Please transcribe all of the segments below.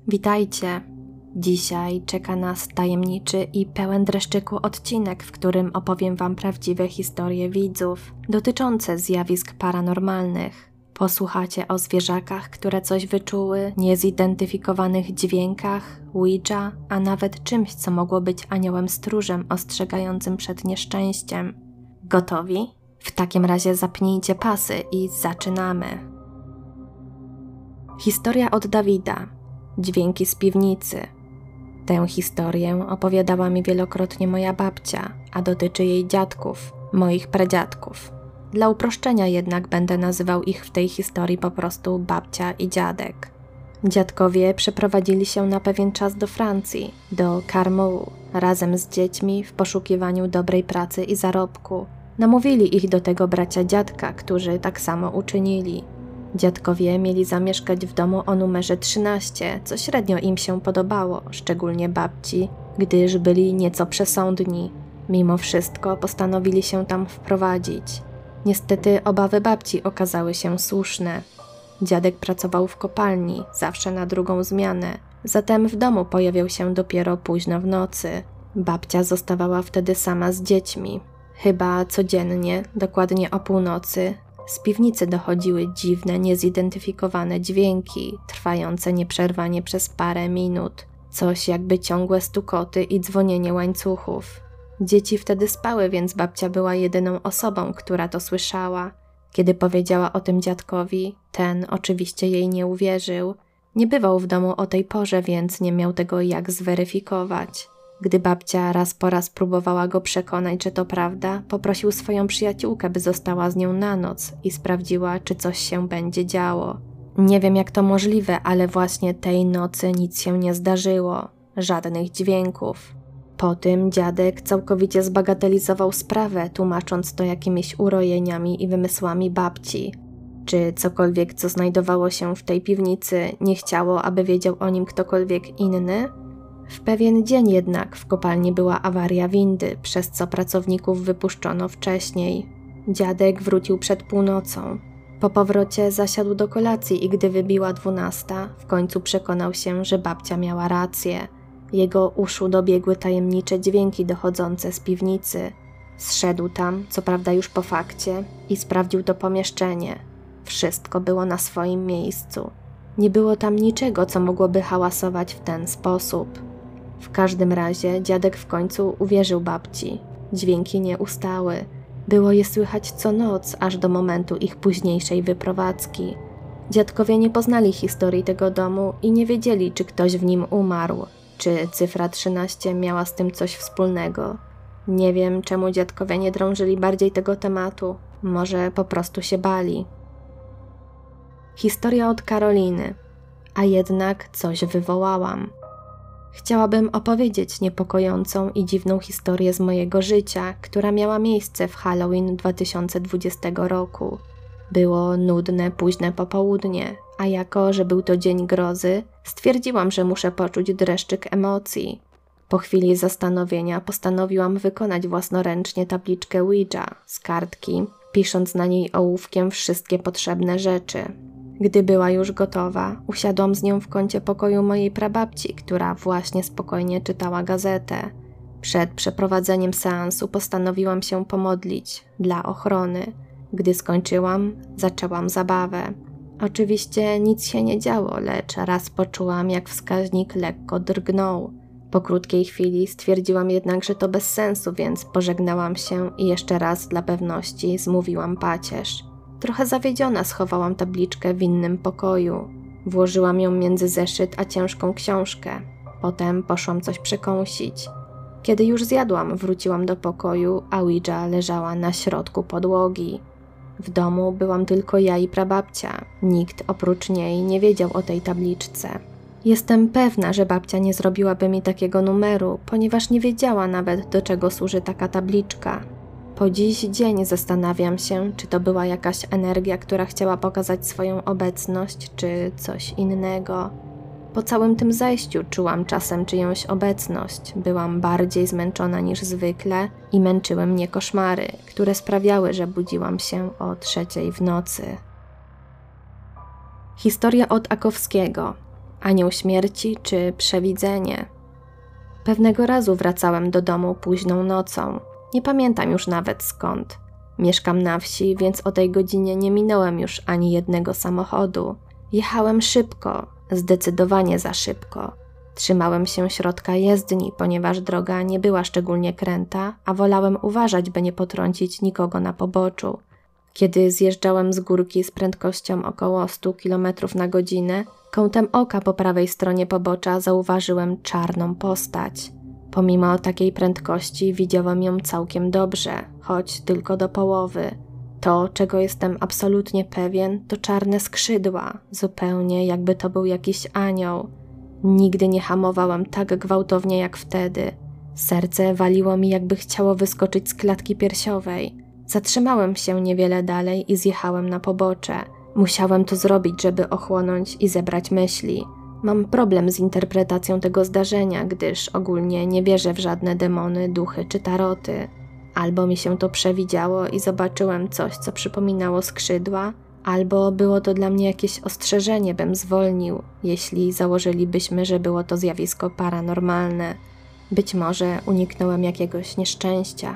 Witajcie! Dzisiaj czeka nas tajemniczy i pełen dreszczyku odcinek, w którym opowiem Wam prawdziwe historie widzów dotyczące zjawisk paranormalnych. Posłuchacie o zwierzakach, które coś wyczuły, niezidentyfikowanych dźwiękach, Ouija, a nawet czymś, co mogło być aniołem stróżem ostrzegającym przed nieszczęściem. Gotowi? W takim razie zapnijcie pasy i zaczynamy. Historia od Dawida. Dźwięki z piwnicy. Tę historię opowiadała mi wielokrotnie moja babcia, a dotyczy jej dziadków, moich pradziadków. Dla uproszczenia jednak będę nazywał ich w tej historii po prostu babcia i dziadek. Dziadkowie przeprowadzili się na pewien czas do Francji, do Carmaux, razem z dziećmi w poszukiwaniu dobrej pracy i zarobku. Namówili ich do tego bracia dziadka, którzy tak samo uczynili. Dziadkowie mieli zamieszkać w domu o numerze 13, co średnio im się podobało, szczególnie babci, gdyż byli nieco przesądni. Mimo wszystko postanowili się tam wprowadzić. Niestety obawy babci okazały się słuszne. Dziadek pracował w kopalni, zawsze na drugą zmianę, zatem w domu pojawiał się dopiero późno w nocy. Babcia zostawała wtedy sama z dziećmi. Chyba codziennie, dokładnie o północy, z piwnicy dochodziły dziwne, niezidentyfikowane dźwięki, trwające nieprzerwanie przez parę minut. Coś jakby ciągłe stukoty i dzwonienie łańcuchów. Dzieci wtedy spały, więc babcia była jedyną osobą, która to słyszała. Kiedy powiedziała o tym dziadkowi, ten oczywiście jej nie uwierzył. Nie bywał w domu o tej porze, więc nie miał tego jak zweryfikować. Gdy babcia raz po raz próbowała go przekonać, że to prawda, poprosił swoją przyjaciółkę, by została z nią na noc i sprawdziła, czy coś się będzie działo. Nie wiem, jak to możliwe, ale właśnie tej nocy nic się nie zdarzyło. Żadnych dźwięków. Po tym dziadek całkowicie zbagatelizował sprawę, tłumacząc to jakimiś urojeniami i wymysłami babci. Czy cokolwiek, co znajdowało się w tej piwnicy, nie chciało, aby wiedział o nim ktokolwiek inny? W pewien dzień jednak w kopalni była awaria windy, przez co pracowników wypuszczono wcześniej. Dziadek wrócił przed północą. Po powrocie zasiadł do kolacji i gdy wybiła 12, w końcu przekonał się, że babcia miała rację. Jego uszu dobiegły tajemnicze dźwięki dochodzące z piwnicy. Zszedł tam, co prawda już po fakcie, i sprawdził to pomieszczenie. Wszystko było na swoim miejscu. Nie było tam niczego, co mogłoby hałasować w ten sposób. W każdym razie dziadek w końcu uwierzył babci. Dźwięki nie ustały. Było je słychać co noc, aż do momentu ich późniejszej wyprowadzki. Dziadkowie nie poznali historii tego domu i nie wiedzieli, czy ktoś w nim umarł, czy cyfra 13 miała z tym coś wspólnego. Nie wiem, czemu dziadkowie nie drążyli bardziej tego tematu. Może po prostu się bali. Historia od Karoliny. A jednak coś wywołałam. Chciałabym opowiedzieć niepokojącą i dziwną historię z mojego życia, która miała miejsce w Halloween 2020 roku. Było nudne, późne popołudnie, a jako, że był to dzień grozy, stwierdziłam, że muszę poczuć dreszczyk emocji. Po chwili zastanowienia postanowiłam wykonać własnoręcznie tabliczkę Ouija z kartki, pisząc na niej ołówkiem wszystkie potrzebne rzeczy. Gdy była już gotowa, usiadłam z nią w kącie pokoju mojej prababci, która właśnie spokojnie czytała gazetę. Przed przeprowadzeniem seansu postanowiłam się pomodlić dla ochrony. Gdy skończyłam, zaczęłam zabawę. Oczywiście nic się nie działo, lecz raz poczułam, jak wskaźnik lekko drgnął. Po krótkiej chwili stwierdziłam jednak, że to bez sensu, więc pożegnałam się i jeszcze raz dla pewności zmówiłam pacierz. Trochę zawiedziona schowałam tabliczkę w innym pokoju. Włożyłam ją między zeszyt a ciężką książkę. Potem poszłam coś przekąsić. Kiedy już zjadłam, wróciłam do pokoju, a Ouija leżała na środku podłogi. W domu byłam tylko ja i prababcia. Nikt oprócz niej nie wiedział o tej tabliczce. Jestem pewna, że babcia nie zrobiłaby mi takiego numeru, ponieważ nie wiedziała nawet, do czego służy taka tabliczka. Po dziś dzień zastanawiam się, czy to była jakaś energia, która chciała pokazać swoją obecność, czy coś innego. Po całym tym zajściu czułam czasem czyjąś obecność. Byłam bardziej zmęczona niż zwykle i męczyły mnie koszmary, które sprawiały, że budziłam się o 3:00 w nocy. Historia od Akowskiego. anioł śmierci czy przewidzenie. Pewnego razu wracałem do domu późną nocą. Nie pamiętam już nawet skąd. Mieszkam na wsi, więc o tej godzinie nie minąłem już ani jednego samochodu. Jechałem szybko, zdecydowanie za szybko. Trzymałem się środka jezdni, ponieważ droga nie była szczególnie kręta, a wolałem uważać, by nie potrącić nikogo na poboczu. Kiedy zjeżdżałem z górki z prędkością około 100 km na godzinę, kątem oka po prawej stronie pobocza zauważyłem czarną postać. Pomimo takiej prędkości widziałem ją całkiem dobrze, choć tylko do połowy. To, czego jestem absolutnie pewien, to czarne skrzydła, zupełnie jakby to był jakiś anioł. Nigdy nie hamowałem tak gwałtownie jak wtedy. Serce waliło mi, jakby chciało wyskoczyć z klatki piersiowej. Zatrzymałem się niewiele dalej i zjechałem na pobocze. Musiałem to zrobić, żeby ochłonąć i zebrać myśli. Mam problem z interpretacją tego zdarzenia, gdyż ogólnie nie wierzę w żadne demony, duchy czy taroty. Albo mi się to przewidziało i zobaczyłem coś, co przypominało skrzydła, albo było to dla mnie jakieś ostrzeżenie, bym zwolnił, jeśli założylibyśmy, że było to zjawisko paranormalne. Być może uniknąłem jakiegoś nieszczęścia.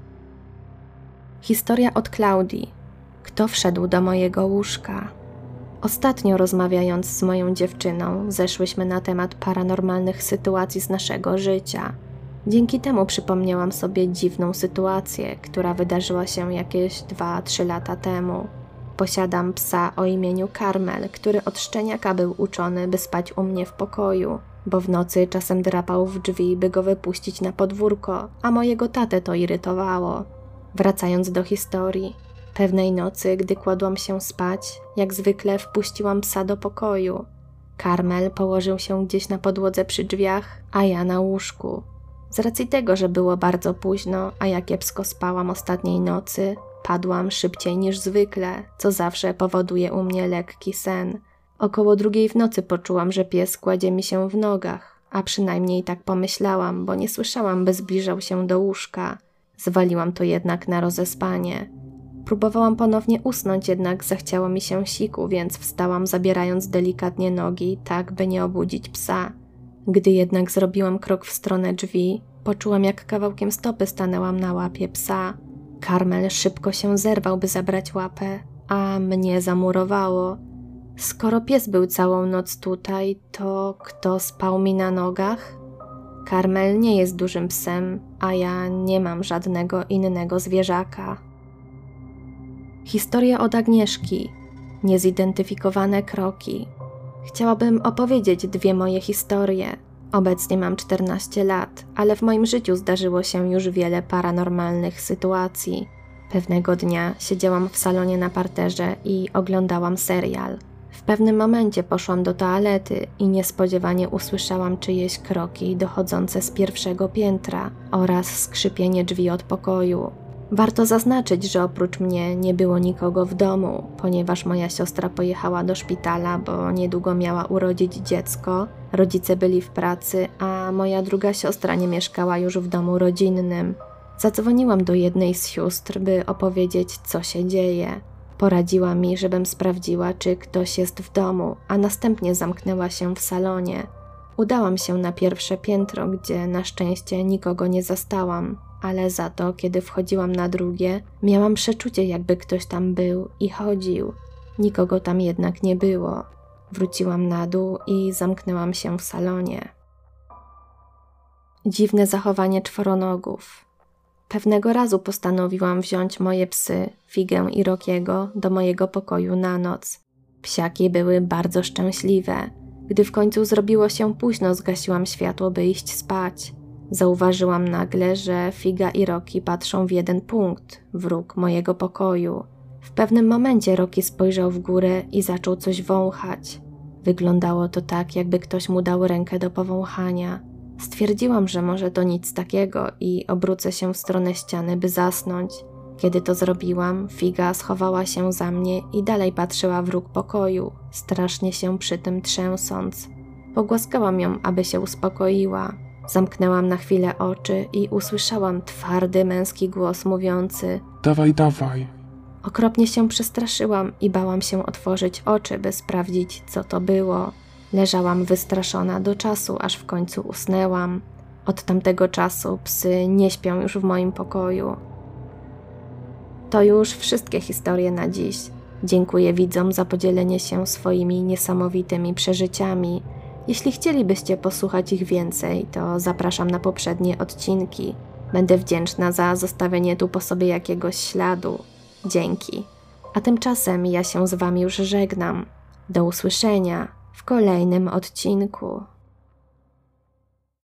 Historia od Klaudii. Kto wszedł do mojego łóżka? Ostatnio rozmawiając z moją dziewczyną, zeszłyśmy na temat paranormalnych sytuacji z naszego życia. Dzięki temu przypomniałam sobie dziwną sytuację, która wydarzyła się jakieś 2-3 lata temu. Posiadam psa o imieniu Karmel, który od szczeniaka był uczony, by spać u mnie w pokoju, bo w nocy czasem drapał w drzwi, by go wypuścić na podwórko, a mojego tatę to irytowało. Wracając do historii, pewnej nocy, gdy kładłam się spać, jak zwykle wpuściłam psa do pokoju. Karmel położył się gdzieś na podłodze przy drzwiach, a ja na łóżku. Z racji tego, że było bardzo późno, a ja kiepsko spałam ostatniej nocy, padłam szybciej niż zwykle, co zawsze powoduje u mnie lekki sen. Około 2 w nocy poczułam, że pies kładzie mi się w nogach, a przynajmniej tak pomyślałam, bo nie słyszałam, by zbliżał się do łóżka. Zwaliłam to jednak na rozespanie. Próbowałam ponownie usnąć, jednak zachciało mi się siku, więc wstałam, zabierając delikatnie nogi, tak by nie obudzić psa. Gdy jednak zrobiłam krok w stronę drzwi, poczułam, jak kawałkiem stopy stanęłam na łapie psa. Karmel szybko się zerwał, by zabrać łapę, a mnie zamurowało. Skoro pies był całą noc tutaj, to kto spał mi na nogach? Karmel nie jest dużym psem, a ja nie mam żadnego innego zwierzaka. Historia od Agnieszki. Niezidentyfikowane kroki. Chciałabym opowiedzieć 2 moje historie. Obecnie mam 14 lat, ale w moim życiu zdarzyło się już wiele paranormalnych sytuacji. Pewnego dnia siedziałam w salonie na parterze i oglądałam serial. W pewnym momencie poszłam do toalety i niespodziewanie usłyszałam czyjeś kroki dochodzące z 1. piętra oraz skrzypienie drzwi od pokoju. Warto zaznaczyć, że oprócz mnie nie było nikogo w domu, ponieważ moja siostra pojechała do szpitala, bo niedługo miała urodzić dziecko, rodzice byli w pracy, a moja druga siostra nie mieszkała już w domu rodzinnym. Zadzwoniłam do jednej z sióstr, by opowiedzieć, co się dzieje. Poradziła mi, żebym sprawdziła, czy ktoś jest w domu, a następnie zamknęła się w salonie. Udałam się na 1. piętro, gdzie na szczęście nikogo nie zastałam, ale za to, kiedy wchodziłam na 2, miałam przeczucie, jakby ktoś tam był i chodził. Nikogo tam jednak nie było. Wróciłam na dół i zamknęłam się w salonie. Dziwne zachowanie czworonogów. Pewnego razu postanowiłam wziąć moje psy, Figę i Rokiego, do mojego pokoju na noc. Psiaki były bardzo szczęśliwe. Gdy w końcu zrobiło się późno, zgasiłam światło, by iść spać. Zauważyłam nagle, że Figa i Roki patrzą w jeden punkt, w róg mojego pokoju. W pewnym momencie Roki spojrzał w górę i zaczął coś wąchać. Wyglądało to tak, jakby ktoś mu dał rękę do powąchania. Stwierdziłam, że może to nic takiego i obrócę się w stronę ściany, by zasnąć. Kiedy to zrobiłam, Figa schowała się za mnie i dalej patrzyła w róg pokoju, strasznie się przy tym trzęsąc. Pogłaskałam ją, aby się uspokoiła. Zamknęłam na chwilę oczy i usłyszałam twardy męski głos mówiący: Dawaj, dawaj. Okropnie się przestraszyłam i bałam się otworzyć oczy, by sprawdzić, co to było. Leżałam wystraszona do czasu, aż w końcu usnęłam. Od tamtego czasu psy nie śpią już w moim pokoju. To już wszystkie historie na dziś. Dziękuję widzom za podzielenie się swoimi niesamowitymi przeżyciami. Jeśli chcielibyście posłuchać ich więcej, to zapraszam na poprzednie odcinki. Będę wdzięczna za zostawienie tu po sobie jakiegoś śladu. Dzięki. A tymczasem ja się z wami już żegnam. Do usłyszenia w kolejnym odcinku.